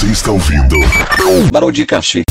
Você está ouvindo Barão de Cachê.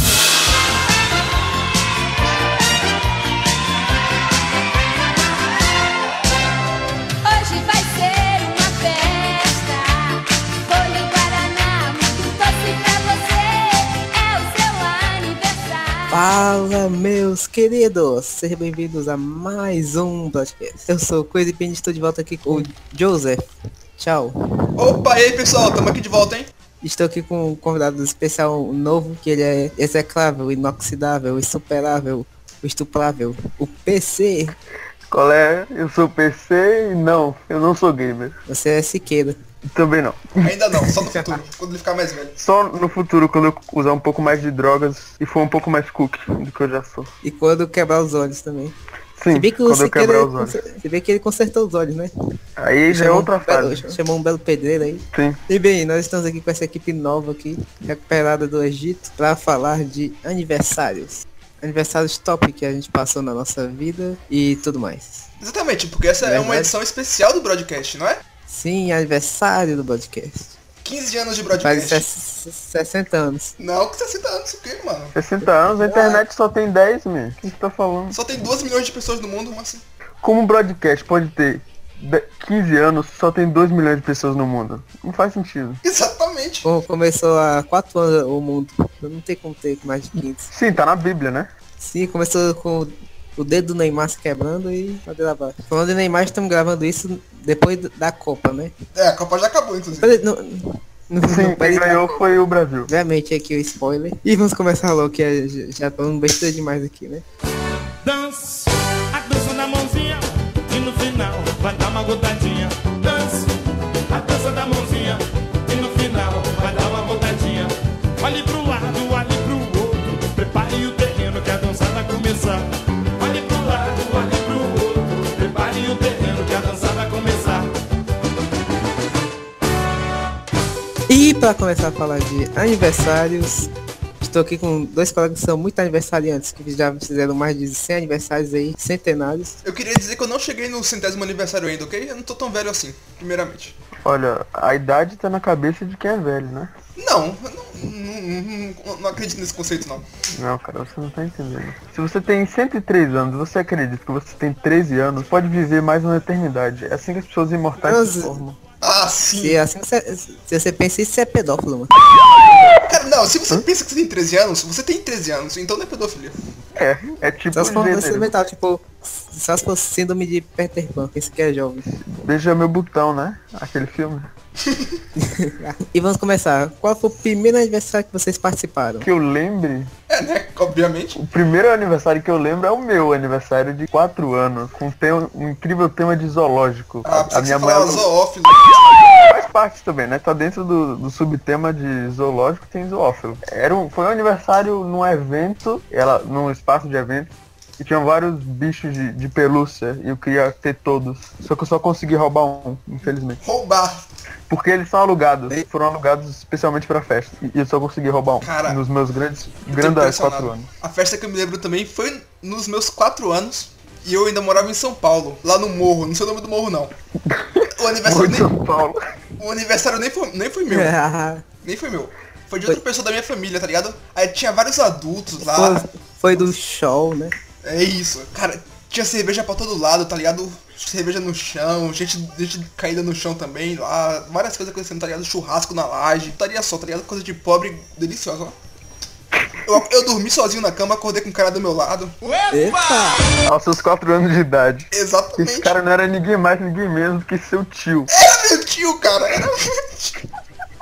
Hoje vai ser uma festa. Bolo e guaraná, muito doce pra você. É o seu aniversário. Fala, meus queridos! Sejam bem-vindos a mais um podcast. Eu sou o Coisa e Pini, estou de volta aqui com o Joseph. Tchau. Opa, e aí pessoal, tamo aqui de volta, hein? Estou aqui com um convidado especial novo, que ele é execrável, inoxidável, insuperável, estuprável, o PC. Qual é? Eu sou PC e não, eu não sou gamer. Você é Siqueira. Também não. Ainda não, só no futuro, quando ele ficar mais velho. Só no futuro, quando eu usar um pouco mais de drogas e for um pouco mais cookie do que eu já sou. E quando quebrar os olhos também. Sim, Se bem que o quando eu Siqueira, quebrar os olhos. se bem que ele consertou os olhos, né? Aí já é outra fase. Chamou um belo pedreiro aí. Sim. E bem, nós estamos aqui com essa equipe nova aqui, recuperada do Egito, para falar de aniversários. Aniversários top que a gente passou na nossa vida e tudo mais. Exatamente, porque essa é uma Verdade. edição especial do broadcast, não é? Sim, aniversário do podcast. 15 anos de Faz broadcast. 60 anos. Não, que 60 anos, o quê, mano? 60 anos, a internet só tem 10, meu. O que você tá falando? Só tem 2 milhões de pessoas no mundo, mas assim. Como um broadcast pode ter 15 anos, só tem 2 milhões de pessoas no mundo? Não faz sentido. Exatamente. Como começou há 4 anos o mundo, não tem como ter mais de 15. Sim, tá na Bíblia, né? Sim, começou com o dedo do Neymar se quebrando e pode gravar. Falando em Neymar, estamos gravando isso depois da Copa, né? É, a Copa já acabou, inclusive. Sim, quem ganhou foi o Brasil. Obviamente aqui o spoiler. E vamos começar logo, que já falando besteira demais aqui, né? Dance, a dança na mãozinha e no final vai dar uma gotadinha. Dance, a dança da mãozinha e no final vai dar uma gotadinha. Olhe pro lado, olhe pro outro, prepare o terreno que a dança vai começar. Olhe pro lado, olhe pro outro, prepare o terreno que a dança vai começar. E para começar a falar de aniversários, estou aqui com dois colegas que são muito aniversariantes, que já fizeram mais de 100 aniversários aí, centenários. Eu queria dizer que eu não cheguei no 100º aniversário ainda, ok? Eu não tô tão velho assim, primeiramente. Olha, a idade tá na cabeça de quem é velho, né? Não, eu não acredito nesse conceito, não. Não, cara, você não tá entendendo. Se você tem 103 anos, você acredita que você tem 13 anos, pode viver mais uma eternidade. É assim que as pessoas imortais se Nossa. formam. Ah, sim. Se assim se você pensa isso, você é pedófilo, mano. Cara, não, se você pensa que você tem 13 anos, você tem 13 anos, então não é pedofilia. É tipo Só se for doença gênero. mental, tipo, só se for síndrome de Peter Pan, pensa que é jovem. Beija meu botão, né? Aquele filme. E vamos começar. Qual foi o primeiro aniversário que vocês participaram? Que eu lembre, É, né? Obviamente. o primeiro aniversário que eu lembro é o meu aniversário de 4 anos, com um incrível tema de zoológico. Ah, A minha mãe falar zoófilo. faz parte também, né? Tá dentro do subtema de zoológico, tem zoófilo. Foi um aniversário num evento, num espaço de evento, e tinha vários bichos de pelúcia, e eu queria ter todos. Só que eu só consegui roubar um, infelizmente. Roubar. Porque eles são alugados, foram alugados especialmente pra festa. E eu só consegui roubar um. Cara, nos meus Tô grandes impressionado. 4 anos. A festa que eu me lembro também foi nos meus 4 anos. E eu ainda morava em São Paulo, lá no morro. Não sei o nome do morro, não. O aniversário, Muito São Paulo. o aniversário nem foi meu. Nem foi meu. Foi de outra pessoa da minha família, tá ligado? Aí tinha vários adultos lá. Foi do show, né? É isso. Cara, tinha cerveja pra todo lado, tá ligado? Cerveja no chão, gente caída no chão também lá. Várias coisas acontecendo, tá ligado? Churrasco na laje. Estaria só, tá ligado? Coisa de pobre deliciosa, ó. Eu dormi sozinho na cama, acordei com o cara do meu lado. Epa! Aos seus 4 anos de idade. Exatamente. Esse cara não era ninguém mais, ninguém menos do que seu tio. Era meu tio, cara. Era meu tio.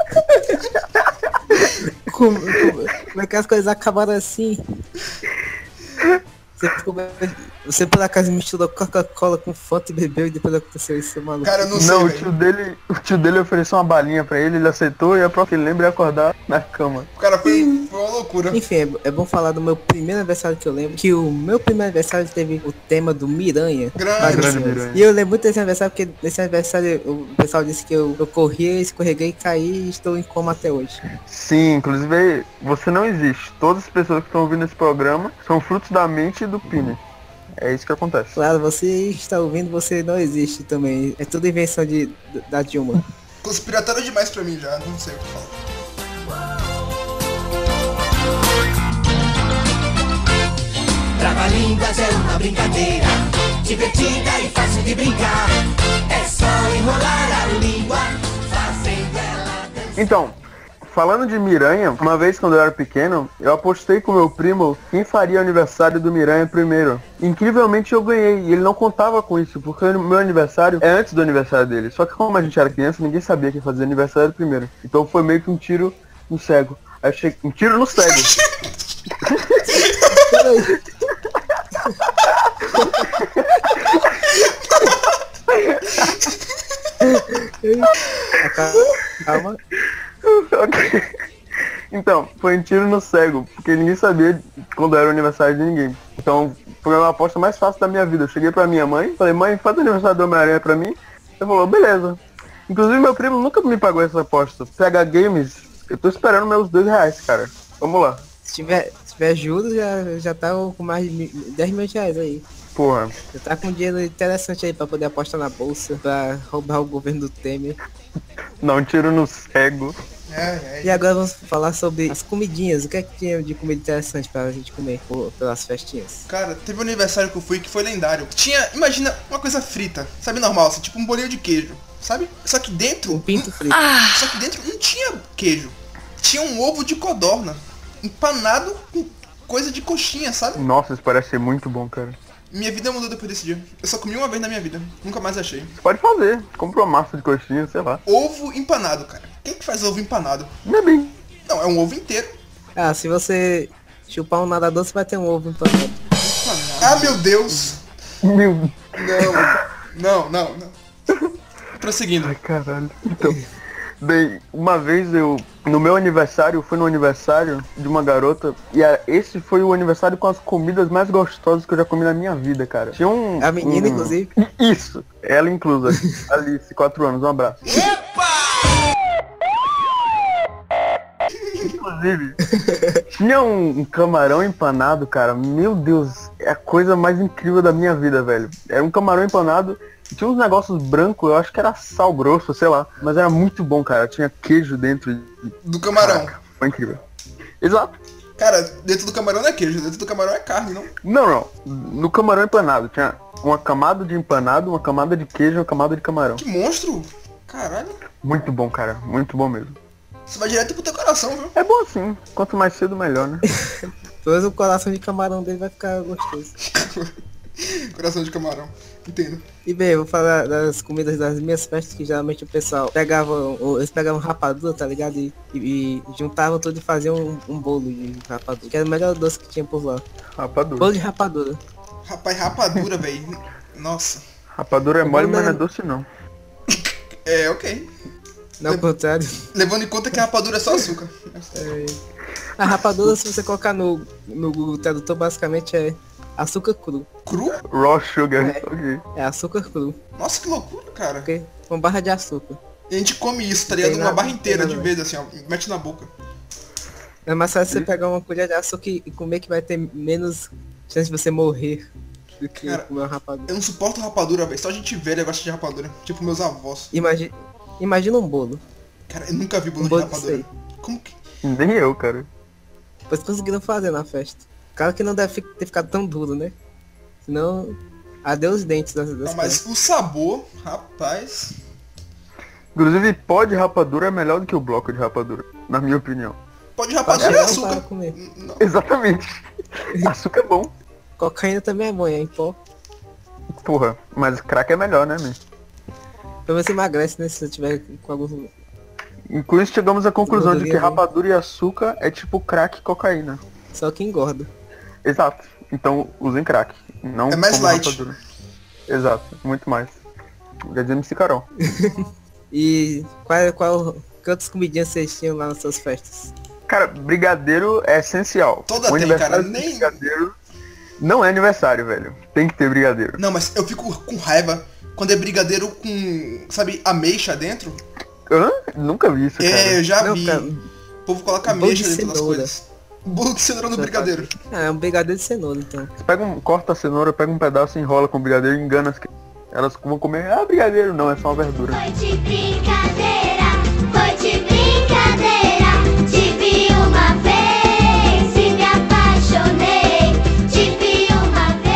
Como é que as coisas acabaram assim? Você por acaso misturou Coca-Cola com Fanta e bebeu e depois aconteceu isso, maluco? Cara, eu não sei, Não, velho. o tio dele ofereceu uma balinha pra ele aceitou e a própria que ele lembra é acordar na cama. O cara foi uma loucura. Enfim, é bom falar do meu primeiro aniversário que eu lembro. Que o meu primeiro aniversário teve o tema do Miranha. Grande. Miranha. E eu lembro muito desse aniversário porque nesse aniversário o pessoal disse que eu corria, escorreguei, caí e estou em coma até hoje. Sim, inclusive você não existe. Todas as pessoas que estão ouvindo esse programa são frutos da mente do Pini. É isso que acontece. Claro, você está ouvindo, você não existe também. É tudo invenção da Dilma. Conspiratório demais pra mim já, não sei o que falar. línguas é uma brincadeira divertida e fácil de brincar. É só enrolar a língua, fazendo ela dançar. Então, falando de Miranha, uma vez quando eu era pequeno, eu apostei com meu primo quem faria o aniversário do Miranha primeiro. Incrivelmente eu ganhei, e ele não contava com isso, porque o meu aniversário é antes do aniversário dele. Só que como a gente era criança, ninguém sabia quem fazia aniversário primeiro. Então foi meio que um tiro no cego. Aí eu cheguei, um tiro no cego. Calma. Ok. Então, foi um tiro no cego, porque ninguém sabia quando era o aniversário de ninguém. Então, foi a aposta mais fácil da minha vida. Eu cheguei pra minha mãe, falei, mãe, faz o aniversário do Homem-Aranha pra mim. Ela falou, beleza. Inclusive, meu primo nunca me pagou essa aposta. PH Games, eu tô esperando meus R$2, cara. Vamos lá. Se tiver juros, já tá com mais de 10 mil reais aí. Porra. Você tá com dinheiro interessante aí pra poder apostar na bolsa, pra roubar o governo do Temer. Não, um tiro no cego. E agora vamos falar sobre as comidinhas. O que é que tinha de comida interessante pra gente comer pelas festinhas? Cara, teve um aniversário que eu fui que foi lendário. Tinha, imagina, uma coisa frita, sabe, normal, assim, tipo um bolinho de queijo, sabe? Só que dentro... Um pinto frito. Só que dentro não tinha queijo. Tinha um ovo de codorna, empanado com coisa de coxinha, sabe? Nossa, isso parece ser muito bom, cara. Minha vida mudou depois desse dia. Eu só comi uma vez na minha vida, nunca mais achei. Você pode fazer. Compra uma massa de coxinha, sei lá. Ovo empanado, cara. Quem que faz ovo empanado? Não é bem. Não, é um ovo inteiro. Ah, se você chupar um nadador, você vai ter um ovo empanado. Ah, meu Deus. Meu... Não. Prosseguindo. Ai, caralho. Então, bem, uma vez no meu aniversário, eu fui no aniversário de uma garota, e esse foi o aniversário com as comidas mais gostosas que eu já comi na minha vida, cara. Tinha A menina, inclusive. Isso, ela inclusa. Alice, 4 anos, um abraço. Inclusive, tinha um camarão empanado, cara. Meu Deus, é a coisa mais incrível da minha vida, velho. Era um camarão empanado, tinha uns negócios brancos, eu acho que era sal grosso, sei lá. Mas era muito bom, cara. Tinha queijo dentro Do camarão. Caraca, foi incrível. Exato. Cara, dentro do camarão não é queijo, dentro do camarão é carne, não? Não. No camarão empanado, tinha uma camada de empanado, uma camada de queijo e uma camada de camarão. Que monstro! Caralho. Muito bom, cara. Muito bom mesmo. Você vai direto pro teu coração, viu? É bom assim. Quanto mais cedo, melhor, né? Depois o coração de camarão dele vai ficar gostoso. Coração de camarão. Entendo. E bem, eu vou falar das comidas das minhas festas, que geralmente o pessoal eles pegavam rapadura, tá ligado? E juntavam tudo e faziam um bolo de rapadura, que era o melhor doce que tinha por lá. Rapadura. Bolo de rapadura. Rapaz, rapadura, velho. Nossa. Rapadura é mole, bolo mas não é não- doce não. É, ok. Não, ao contrário. Levando em conta que a rapadura é só açúcar. A rapadura, se você colocar no Google Tradutor, basicamente é açúcar cru. Cru? Raw sugar. Ok. É açúcar cru, Nossa, que loucura, cara. ok? Uma barra de açúcar. E a gente come isso, tá ligado? Tem Uma nada, barra inteira tem de nada. vez, assim, ó. Mete na boca. É mais fácil você pegar uma colher de açúcar e comer, que vai ter menos chance de você morrer do que Cara, comer uma rapadura. Eu não suporto rapadura, velho. Só gente velha gosta de rapadura. Tipo meus avós. Imagina um bolo. Cara, eu nunca vi bolo de bolo rapadura. disso Como que... Nem eu, cara. Pois conseguiram fazer na festa. Claro que não deve ter ficado tão duro, né? Senão, adeus dentes das Não, mas o sabor, rapaz... Inclusive, pó de rapadura é melhor do que o bloco de rapadura, na minha opinião. Pode rapadura e Não açúcar. para comer. Não. Exatamente. Açúcar é bom. Cocaína também é bom, é em pó. Porra, mas crack é melhor, né, man? Pelo menos emagrece, né? Se você tiver com algum... E com isso chegamos à conclusão de que Gordurinha, né? rapadura e açúcar é tipo crack e cocaína. Só que engorda. Exato. Então usem crack. Não É mais comam light. rapadura. Exato, muito mais. Já dizia MC Carol. E que outras comidinhas vocês tinham lá nas suas festas? Cara, brigadeiro é essencial. Toda O tem, aniversário cara, de nem- brigadeiro não é aniversário, velho. Tem que ter brigadeiro. Não, mas eu fico com raiva quando é brigadeiro com, sabe, ameixa dentro. Hã? Nunca vi isso, cara. É, eu já Não, vi. cara, O povo coloca bolo ameixa de dentro das cenoura. coisas. Bolo de cenoura no brigadeiro. é um brigadeiro de cenoura, então. Você corta a cenoura, pega um pedaço, enrola com brigadeiro e engana as crianças. Elas vão comer, brigadeiro, não, é só uma verdura. Foi de brincadeira, foi de brincadeira. Tive uma vez e me apaixonei. Tive uma vez.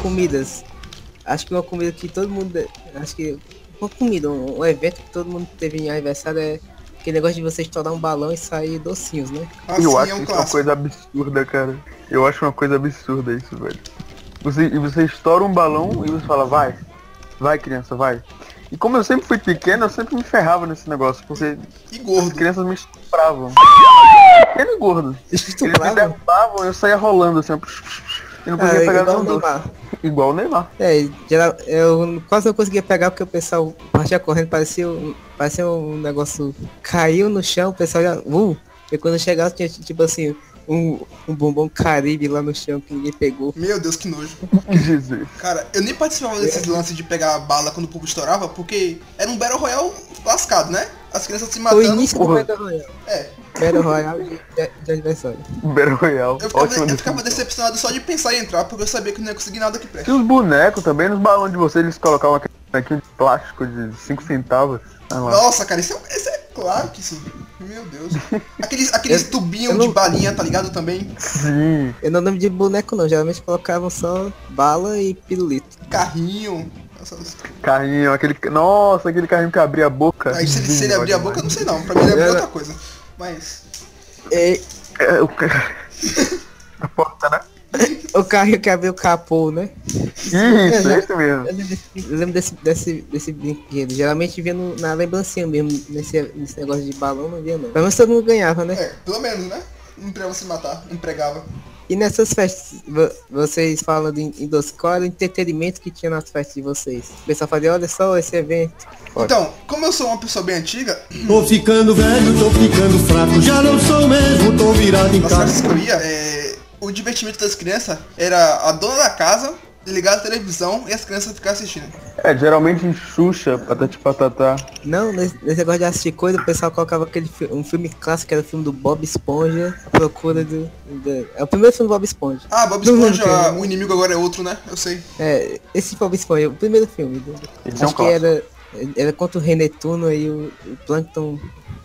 comidas. Acho que uma comida que todo mundo. Acho que. Uma comida, um evento que todo mundo teve em aniversário é aquele negócio de você estourar um balão e sair docinhos, né? Assim, Eu acho é um isso uma clássico. coisa absurda, cara. Eu acho uma coisa absurda isso, velho. Você estoura um balão e você fala, vai criança, vai. E como eu sempre fui pequeno, eu sempre me ferrava nesse negócio, porque E as gordo. crianças me estupravam. Pequeno e gordo. Eles me Estuprava? derrubavam e eu saía rolando assim, ó. E não podia pegar igual o no Neymar. Igual o Neymar. Eu quase não conseguia pegar porque o pessoal partia correndo, parecia um negócio. Caiu no chão, o pessoal já. E quando eu chegava tinha tipo assim, um bombom Caribe lá no chão que ninguém pegou. Meu Deus, que nojo. Jesus. Cara, eu nem participava desses lances de pegar bala quando o povo estourava, porque era um Battle Royale lascado, né? As crianças se Foi matando. o início do porra. Battle Royale. É. Battle Royale de aniversário. Battle Royale. Eu Ótima ficava definição. decepcionado só de pensar em entrar, porque eu sabia que não ia conseguir nada que preste. E os bonecos também, nos balões de vocês, eles colocavam aquele bonequinho de plástico de 5 centavos. Olha lá. Nossa, cara, isso é claro que sim. Meu Deus. Aqueles tubinhos eu não- de balinha, tá ligado também? Sim. Eu não lembro de boneco não, geralmente colocavam só bala e pirulito. Carrinho. Nossa, Carrinho, Nossa, aquele carrinho que abria a boca. aí se ele abrir a boca, eu não sei não. Pra mim ele é outra coisa. Mas. E, O cara... A porta, né? o carrinho que abriu o capô, né? Isso, é isso mesmo. Eu lembro desse brinquedo. Geralmente via na lembrancinha mesmo, nesse negócio de balão, não via não. Pelo menos todo mundo ganhava, né? É, pelo menos, né? Não precisava se matar, não pregava. E nessas festas, vocês falam em doce, qual era o entretenimento que tinha nas festas de vocês? O pessoal fazia, olha só esse evento. Então, como eu sou uma pessoa bem antiga, Tô ficando velho, tô ficando fraco, já não sou mesmo, tô virado em nas casa. festas que eu ia, o divertimento das crianças era a dona da casa ligar a televisão e as crianças ficar assistindo. Geralmente em Xuxa, Patati Patatá. Não, nesse negócio de assistir coisa, o pessoal colocava um filme clássico, que era o filme do Bob Esponja, a procura é o primeiro filme do Bob Esponja. Ah, Bob Não lembro Esponja, quem é. o inimigo agora é outro, né? Eu sei. É, esse Bob Esponja, o primeiro filme. Esse é um Acho que era contra o Rei Netuno e o Plankton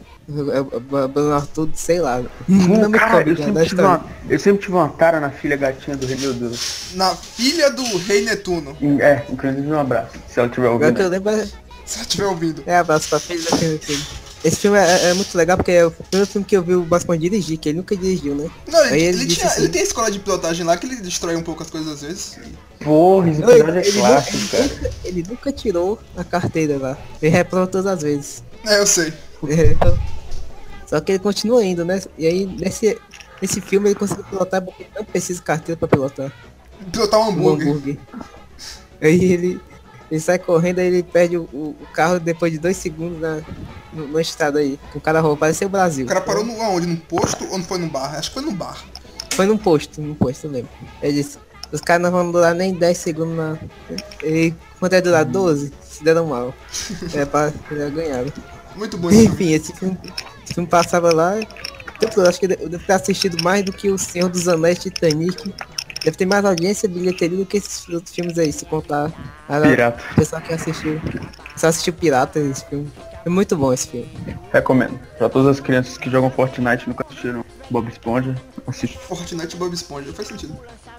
tudo, sei lá. Não me Cara, recordo da história. eu sempre tive uma cara na filha gatinha do rei, meu Deus. Na filha do Rei Netuno, Inclusive um abraço, se ela tiver Agora que eu ouvindo. lembro se ela estiver ouvindo. abraço pra filha daquele filme. Esse filme é muito legal porque é o primeiro filme que eu vi o Bob Esponja dirigir, que ele nunca dirigiu, né? Não, Aí ele disse tinha, assim, ele tem a escola de pilotagem lá que ele destrói um pouco as coisas às vezes. Porra, esse Não, episódio é clássico, cara. ele nunca tirou a carteira lá. Ele reprova todas as vezes. É, eu sei. Só que ele continua indo, né? E aí nesse filme ele conseguiu pilotar porque não precisa de carteira pra pilotar Pilotar um um hambúrguer. hambúrguer. Aí ele sai correndo, aí ele perde o carro depois de 2 segundos no estado aí. Com o cara roubou, parecia o Brasil. O cara parou aonde? Num posto ou não foi num bar? Acho que foi num bar. Foi num posto, eu lembro. Ele disse, os caras não vão durar nem 10 segundos na. E quanto é durar 12? Se deram mal. Já ganharam. Muito bom esse filme. Enfim, esse filme passava lá. Eu acho que eu devo ter assistido mais do que o Senhor dos Anéis, Titanic. Deve ter mais audiência, bilheteria do que esses outros filmes aí, se contar. Pirata. O pessoal que assistiu. Só assistiu Pirata esse filme. É muito bom esse filme. Recomendo. Pra todas as crianças que jogam Fortnite e nunca assistiram Bob Esponja, assiste. Fortnite e Bob Esponja, faz sentido.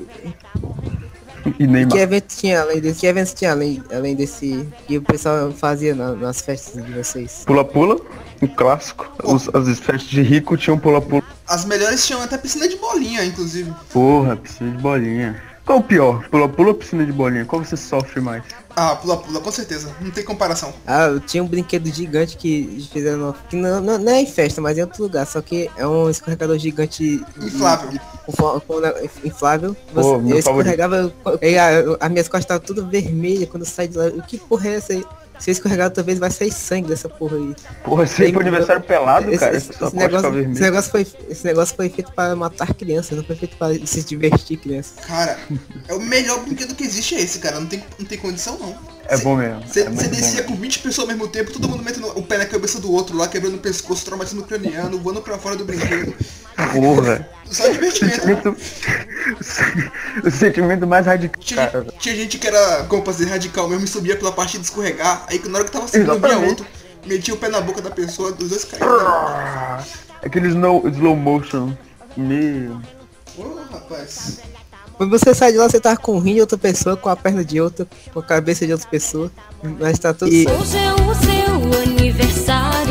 E Neymar. Que evento tinha além desse? Que eventos tinha além desse que o pessoal fazia nas festas de vocês? Pula-pula, um clássico. As festas de rico tinham pula-pula. As melhores tinham até piscina de bolinha, inclusive. Porra, piscina de bolinha. Qual o pior? Pula-pula ou piscina de bolinha? Qual você sofre mais? Ah, pula-pula, com certeza. Não tem comparação. Ah, eu tinha um brinquedo gigante que fizeram que não é em festa, mas em outro lugar. Só que é um escorregador gigante Inflável. Inflável. Pô, Eu meu escorregava. As minhas costas estavam tudo vermelhas quando eu saí de lá. O que porra é essa aí? Se eu escorregar outra vez vai sair sangue dessa porra aí. Porra, você ia pro aniversário pelado, cara? Esse Sua costa fica vermelha. esse negócio foi feito para matar crianças, não foi feito para se divertir crianças. Cara, é o melhor brinquedo que existe é esse, cara. Não tem condição, não. É bom mesmo. Você É muito descia bom com 20 pessoas ao mesmo tempo, todo mundo metendo o pé na cabeça do outro lá, quebrando o pescoço, traumatismo craniano, voando pra fora do brinquedo. Porra. Só divertimento. O sentimento mais radical. Tinha gente que era, como pra dizer, radical mesmo e subia pela parte de escorregar, aí na hora que tava subindo via Exatamente. outro, metia o pé na boca da pessoa, os dois caíram. Aquele slow motion. Meu. Ô, rapaz. Quando você sai de lá, você tá com o rim de outra pessoa, com a perna de outra, com a cabeça de outra pessoa. Mas tá tudo certo. Hoje é o seu aniversário.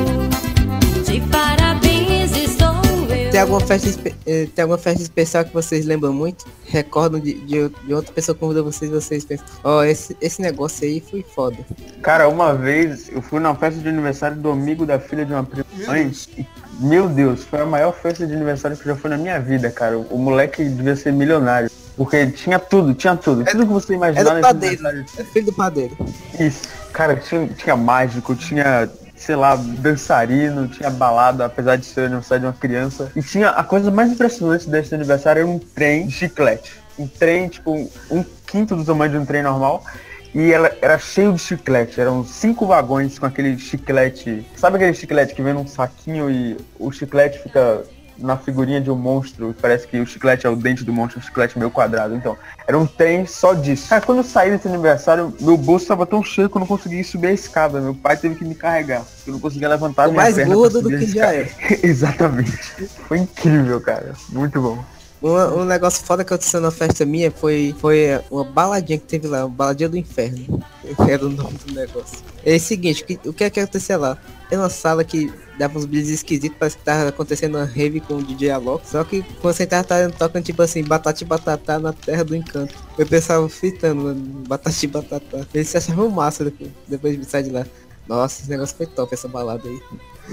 De parabéns estou eu. Tem alguma festa especial que vocês lembram muito? Recordam de outra pessoa que convidou vocês pensam, esse negócio aí foi foda. Cara, uma vez eu fui na festa de aniversário do amigo da filha de uma prima mãe. Meu Deus, foi a maior festa de aniversário que eu já fui na minha vida, cara. O moleque devia ser milionário. Porque tinha tudo. Tudo que você imaginar do nesse padeiro, aniversário. é filho do padeiro. Isso, cara, tinha mágico, tinha, sei lá, dançarino, tinha balada, apesar de ser o aniversário de uma criança. E tinha, a coisa mais impressionante desse aniversário era um trem de chiclete. Um trem, tipo, um quinto do tamanho de um trem normal. E ela era cheio de chiclete, eram 5 vagões com aquele chiclete. Sabe aquele chiclete que vem num saquinho e o chiclete fica na figurinha de um monstro? Parece que o chiclete é o dente do monstro, um chiclete meio quadrado. Então, era um trem só disso. Cara, quando eu saí desse aniversário, meu bolso tava tão cheio que eu não conseguia subir a escada. Meu pai teve que me carregar, eu não conseguia levantar O minha mais perna pra gordo subir do a que já escada. é. Exatamente. Foi incrível, cara. Muito bom. Um negócio foda que aconteceu na festa minha foi uma baladinha que teve lá, uma baladinha do inferno. Era o nome do negócio. É o seguinte, o que é que aconteceu lá? Tem uma sala que dava uns brilhos esquisitos, parece que tava acontecendo uma rave com o DJ Alok. Só que quando você tava tocando tipo assim, batata e batatá na terra do encanto. Eu pensava fritando, mano, batata e batatá. Eles se achavam massa depois de sair de lá. Nossa, esse negócio foi top, essa balada aí.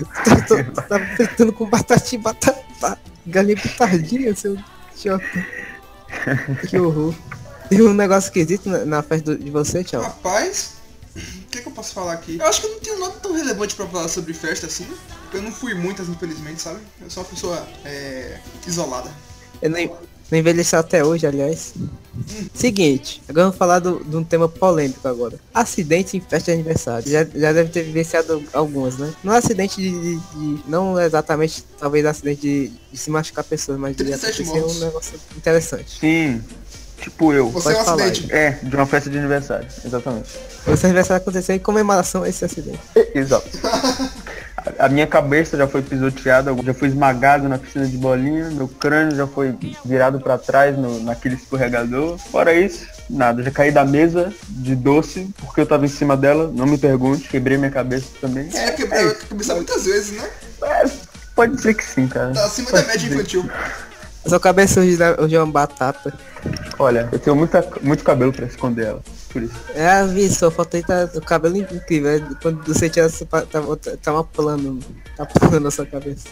Tu tava fritando com batata e batatá. Galinha pitadinha, seu idiota. Que horror. Tem um negócio esquisito na festa de você, tchau. Rapaz, o que eu posso falar aqui? Eu acho que eu não tenho nada tão relevante pra falar sobre festa assim. Porque eu não fui muitas, infelizmente, sabe? Eu sou uma pessoa isolada. Eu não envelheceu até hoje, aliás. Seguinte, agora vamos falar de um tema polêmico agora. Acidentes em festa de aniversário. Já deve ter vivenciado algumas, né? Não é acidente de não exatamente, talvez acidente de se machucar pessoas, mas de 37 acontecer mortos. um negócio interessante. Sim, tipo eu. Você é um falar, acidente. É, de uma festa de aniversário, exatamente. Esse aniversário aconteceu em comemoração a esse acidente. Exato. A minha cabeça já foi pisoteada, já foi esmagado na piscina de bolinha, meu crânio já foi virado pra trás naquele escorregador. Fora isso, nada, já caí da mesa de doce porque eu tava em cima dela, não me pergunte, quebrei minha cabeça também. Você já quebrou a cabeça muitas vezes, né? Pode ser que sim, cara. Tá acima da média infantil. A sua cabeça hoje é uma batata. Olha, eu tenho muito cabelo pra esconder ela, por isso. Vi, sua foto aí tá o cabelo incrível. Quando você tira tá uma plano. Tá plano na sua cabeça.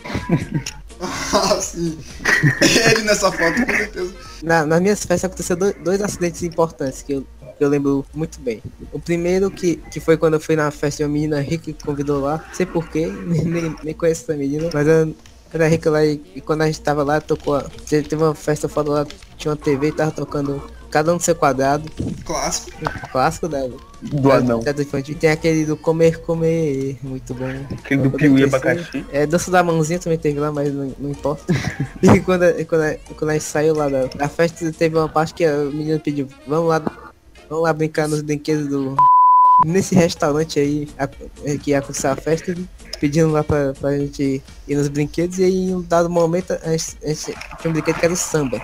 Ah, sim. Ele nessa foto, com certeza. Nas minhas festas aconteceu dois acidentes importantes que eu lembro muito bem. O primeiro que foi quando eu fui na festa de uma menina rica que convidou lá. Sei porquê, nem conheço essa menina, mas eu era rica lá e quando a gente tava lá, teve uma festa foda lá, tinha uma TV e tava tocando Cada um no seu quadrado. Clássico. Clássico dela. Do anão. Infantil. Tem aquele do comer, muito bom. Aquele do piuí e abacaxi. Dança da mãozinha também teve lá, mas não importa. E quando a gente saiu lá da festa, teve uma parte que a menina pediu, vamos lá brincar nos brinquedos nesse restaurante aí, que ia acontecer a festa, pedindo lá pra gente ir nos brinquedos, e aí em um dado momento a gente tinha um brinquedo que era o samba.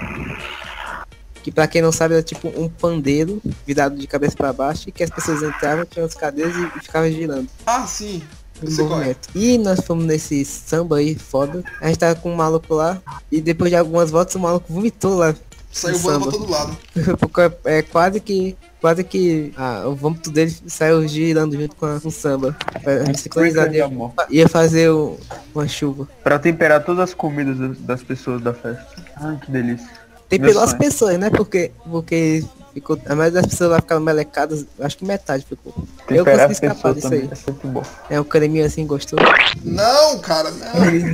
Que pra quem não sabe era tipo um pandeiro virado de cabeça pra baixo, e que as pessoas entravam, tinham as cadeiras e ficavam girando. Ah, sim. Um movimento. E nós fomos nesse samba aí, foda. A gente tava com um maluco lá, e depois de algumas voltas o maluco vomitou lá. Saiu voando pra todo lado. É quase que o vômito dele saiu girando junto com o samba. A gente sincronizado, ia fazer uma chuva. Pra temperar todas as comidas das pessoas da festa. Ai, que delícia. Temperou as pessoas, né? Porque ficou, a maioria das pessoas lá ficaram melecadas, acho que metade ficou. Eu consegui escapar disso aí. É sempre bom. É um creminho assim gostoso. Não, cara, não.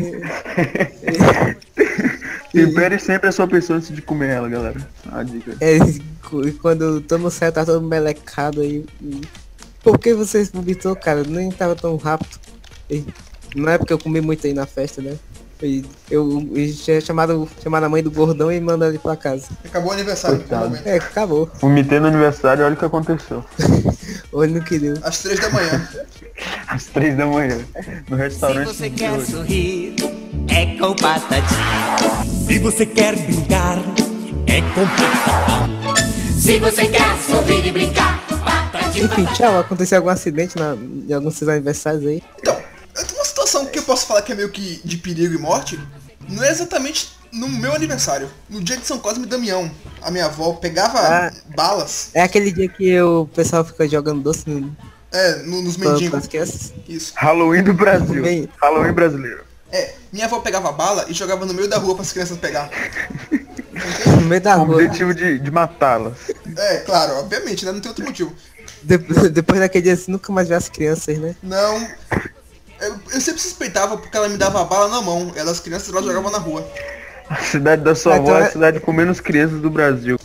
Tempere sempre a sua pessoa antes de comer ela, galera. A dica. E quando todo mundo sai, tá todo melecado aí. Por que vocês vomitou, cara? Nem tava tão rápido. Não é porque eu comi muito aí na festa, né? Eu tinha chamado a mãe do gordão e mandado ele pra casa. Acabou o aniversário. Acabou. Vomitei no aniversário, olha o que aconteceu. Hoje não queria. Às 3 da manhã. Às 3 da manhã. No restaurante. Se você quer sorrir, é com Batatinha. Se você quer brincar, é complicado. Se você quer sorrir e brincar, Enfim, tchau, aconteceu algum acidente em alguns seus aniversários aí? Então, eu tenho uma situação que eu posso falar que é meio que de perigo e morte. Não é exatamente no meu aniversário. No dia de São Cosme e Damião, a minha avó pegava balas. É aquele dia que o pessoal fica jogando doce Nos para mendigos. as crianças. Isso. Halloween do Brasil. Bem- Halloween brasileiro. Minha avó pegava bala e jogava no meio da rua para as crianças pegar. No meio da Com o rua. objetivo de matá-las. Claro, obviamente, né? Não tem outro motivo. Depois daquele dia você nunca mais vê as crianças, né? Não. Eu sempre suspeitava porque ela me dava a bala na mão. As crianças elas jogavam na rua. A cidade da sua avó é a cidade com menos crianças do Brasil.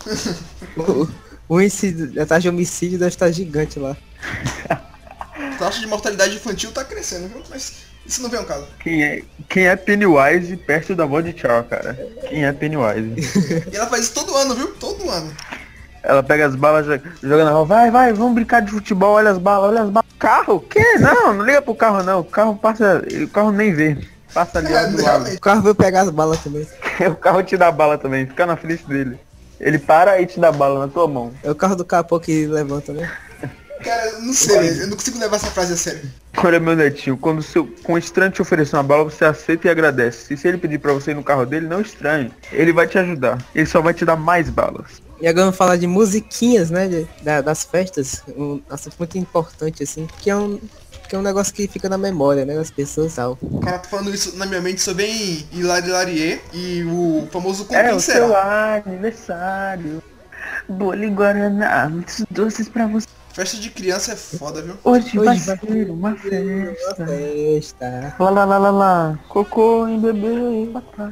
O índice, a taxa de homicídio deve estar gigante lá. A taxa de mortalidade infantil tá crescendo, viu? Mas isso não vem ao caso. Quem é Pennywise perto da avó de Tchau, cara? Quem é Pennywise? E ela faz isso todo ano, viu? Todo ano. Ela pega as balas, joga na rua, vai, vamos brincar de futebol, olha as balas. Carro? Que? Não liga pro carro não, o carro passa, o carro nem vê. Passa ali do lado. Realmente. O carro veio pegar as balas também. O carro te dá bala também, fica na frente dele. Ele para e te dá bala na tua mão. É o carro do capô que levanta, né? Cara, eu não sei, eu não consigo levar essa frase a sério. Olha, meu netinho, quando um estranho te oferecer uma bala, você aceita e agradece. E se ele pedir pra você ir no carro dele, não estranhe. Ele vai te ajudar. Ele só vai te dar mais balas. E agora vamos falar de musiquinhas, né? Das festas. Um assunto muito importante, assim. Que é um negócio que fica na memória, né? Das pessoas e tal. Cara, tô falando isso na minha mente, sou bem Hilarilarie e o famoso com É quem o seu será. aniversário. Bolo e guaraná, muitos doces pra você. Festa de criança é foda, viu? Hoje vai vai ser uma Uma festa. festa. Lá. Cocô em bebê.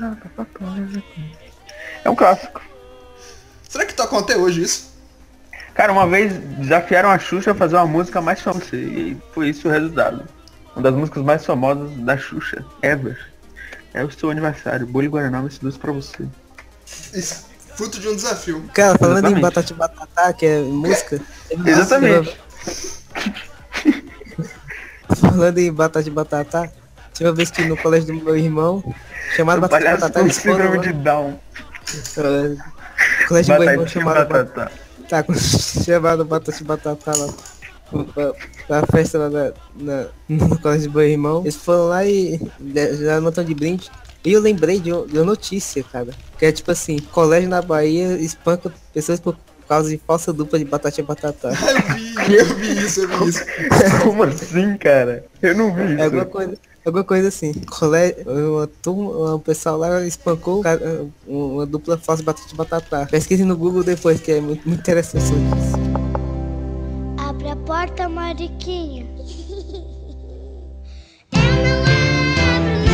É um clássico. Será que tocam até hoje isso? Cara, uma vez desafiaram a Xuxa a fazer uma música mais famosa. E foi isso o resultado. Uma das músicas mais famosas da Xuxa, ever. É o seu aniversário. Bolo e guaraná, muitos doces pra você. Isso. Fruto de um desafio. Cara, falando Exatamente. em Batata Batatá, que é música. Exatamente. Falando em Batata Batatá, tinha uma vez que no colégio do meu irmão, chamado O Batata palhaço Batatá, com eles foram síndrome lá. de Down. O colégio do meu irmão Batatinha chamado batata. Tá, chamado Batata Batatá lá. Pra festa lá no colégio do meu irmão. Eles foram lá e deram um montão de brinde. E eu lembrei de uma notícia, cara. Que é tipo assim, colégio na Bahia espanca pessoas por causa de falsa dupla de batata e batata. Eu vi isso. Como assim, cara? Eu não vi É isso. alguma coisa assim. Um pessoal lá espancou uma dupla falsa de batata e batata. Pesquise no Google depois, que é muito interessante isso. Abre a porta, Mariquinha. Eu não abro,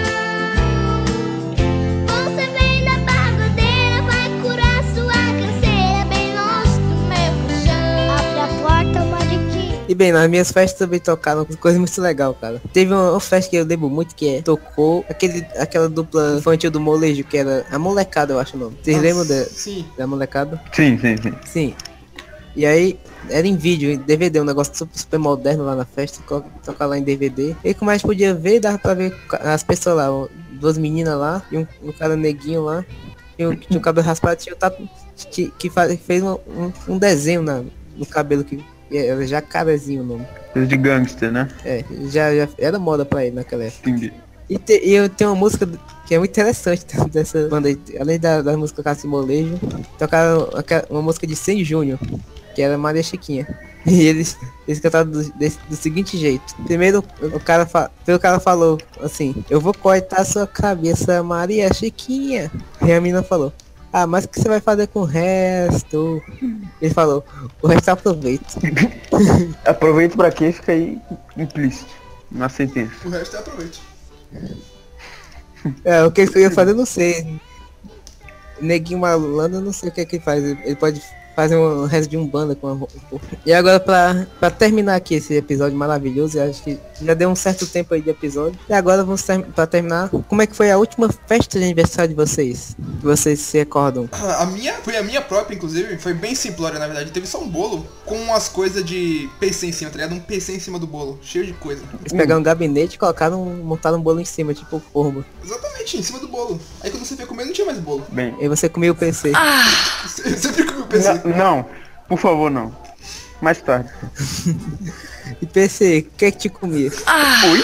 não. Você vem da pagodeira, vai curar sua canseira bem longe do meu colchão. Abre a porta, Mariquinha. E bem, nas minhas festas também tocaram coisa muito legal, cara. Teve uma festa que eu lembro muito que tocou aquela dupla infantil do molejo, que era a molecada, eu acho o nome. Vocês lembram Sim. da molecada? Sim. Sim. E aí, era em vídeo, em DVD, um negócio super moderno lá na festa, tocar lá em DVD. E como a gente podia ver, dava pra ver as pessoas lá, duas meninas lá, e um cara neguinho lá, e tinha um cabelo raspado, tinha que fez um desenho no cabelo, que era Jacarezinho o nome. Coisa de gangster, né? É, já era moda pra ele naquela época. Entendi. E eu tenho uma música que é muito interessante dessa banda aí. Além da música Cássio Molejo, tocaram uma música de Sandy Júnior, que era Maria Chiquinha. E eles cantaram do seguinte jeito. Primeiro o cara falou assim: eu vou cortar sua cabeça, Maria Chiquinha. E a menina falou: ah, mas o que você vai fazer com o resto? Ele falou: o resto eu aproveito. Aproveito pra quê? Fica aí implícito na sentença. O resto é aproveite. É, o que ele ia fazer eu não sei. Neguinho malandro, eu não sei o que é que ele faz. Ele pode fazer um resto de Umbanda com a roupa. E agora pra terminar aqui esse episódio maravilhoso, eu acho que já deu um certo tempo aí de episódio. E agora vamos pra terminar. Como é que foi a última festa de aniversário de vocês? Que vocês se recordam? Foi a minha própria, inclusive. Foi bem simplória, na verdade. Teve só um bolo com as coisas de PC em cima, tá ligado? Um PC em cima do bolo, cheio de coisa. Eles pegaram um gabinete e montaram um bolo em cima, tipo forma. Exatamente. Aí tinha em cima do bolo. Aí quando você foi comer, não tinha mais bolo. Bem, Aí você comia o PC. Você sempre comeu o PC. não, por favor, não. Mais tarde. E PC, o que é que te comia? Oi?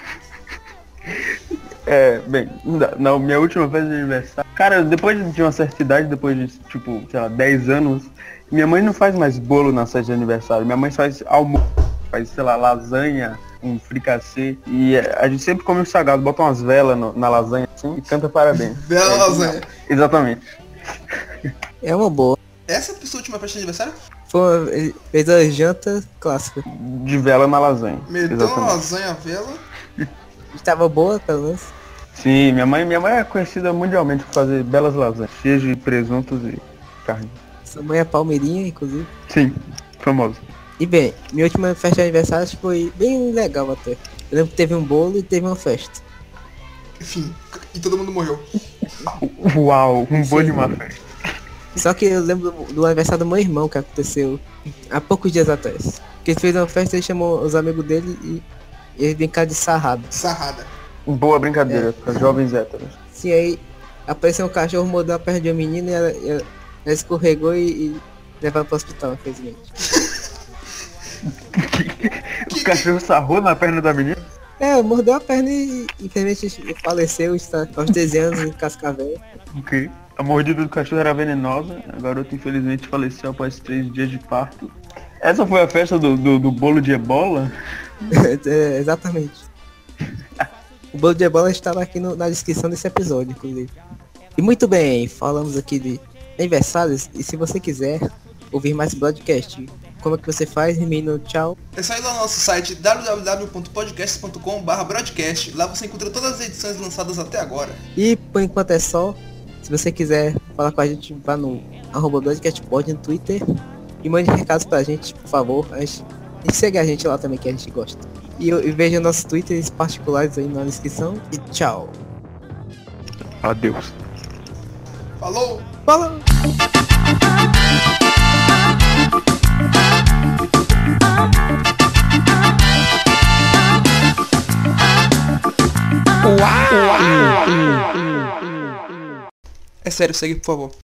Bem, na minha última festa de aniversário, cara, depois de uma certa idade, depois de, tipo, sei lá, 10 anos, minha mãe não faz mais bolo na festa de aniversário. Minha mãe faz almoço, faz, sei lá, lasanha, um fricassê. E a gente sempre come um salgado, bota umas velas na lasanha assim e canta parabéns. Bela lasanha. Exatamente. É uma boa. Essa foi a sua última festa de aniversário? Fez a janta clássica. De vela na lasanha. Meteu uma Exatamente. lasanha à vela. Estava boa, pelo menos. Sim, minha mãe é conhecida mundialmente por fazer belas lasanhas, cheias de presuntos e carne. Sua mãe é palmeirinha, inclusive. Sim, famoso. E bem, minha última festa de aniversário foi bem legal até. Eu lembro que teve um bolo e teve uma festa. Enfim, e todo mundo morreu. Uau, um bolo de uma festa. Só que eu lembro do aniversário do meu irmão que aconteceu há poucos dias atrás. Que ele fez uma festa e chamou os amigos dele e eles brincaram de sarrada. Sarrada. Boa brincadeira para jovens héteros. Sim, aí apareceu um cachorro, mordeu a perna de uma menina e ela escorregou e levaram pro hospital, infelizmente. O cachorro sarrou na perna da menina? Mordeu a perna e infelizmente faleceu, está aos 13 anos em Cascavel. Ok. A mordida do cachorro era venenosa. A garota infelizmente faleceu após 3 dias de parto. Essa foi a festa do bolo de ebola? Exatamente. O bolo de ebola estava aqui na descrição desse episódio, inclusive. E muito bem, falamos aqui de aniversários. E se você quiser ouvir mais podcast, como é que você faz? Menino, tchau. É só ir lá no nosso site www.podcast.com/broadcast. Lá você encontra todas as edições lançadas até agora. E por enquanto é só. Se você quiser falar com a gente, vá no @broadcastpod no Twitter e mande recados pra gente, por favor. E segue a gente lá também, que a gente gosta. E veja nossos twitters particulares aí na descrição. E tchau. Adeus. Falou! Falou! É sério, segue por favor.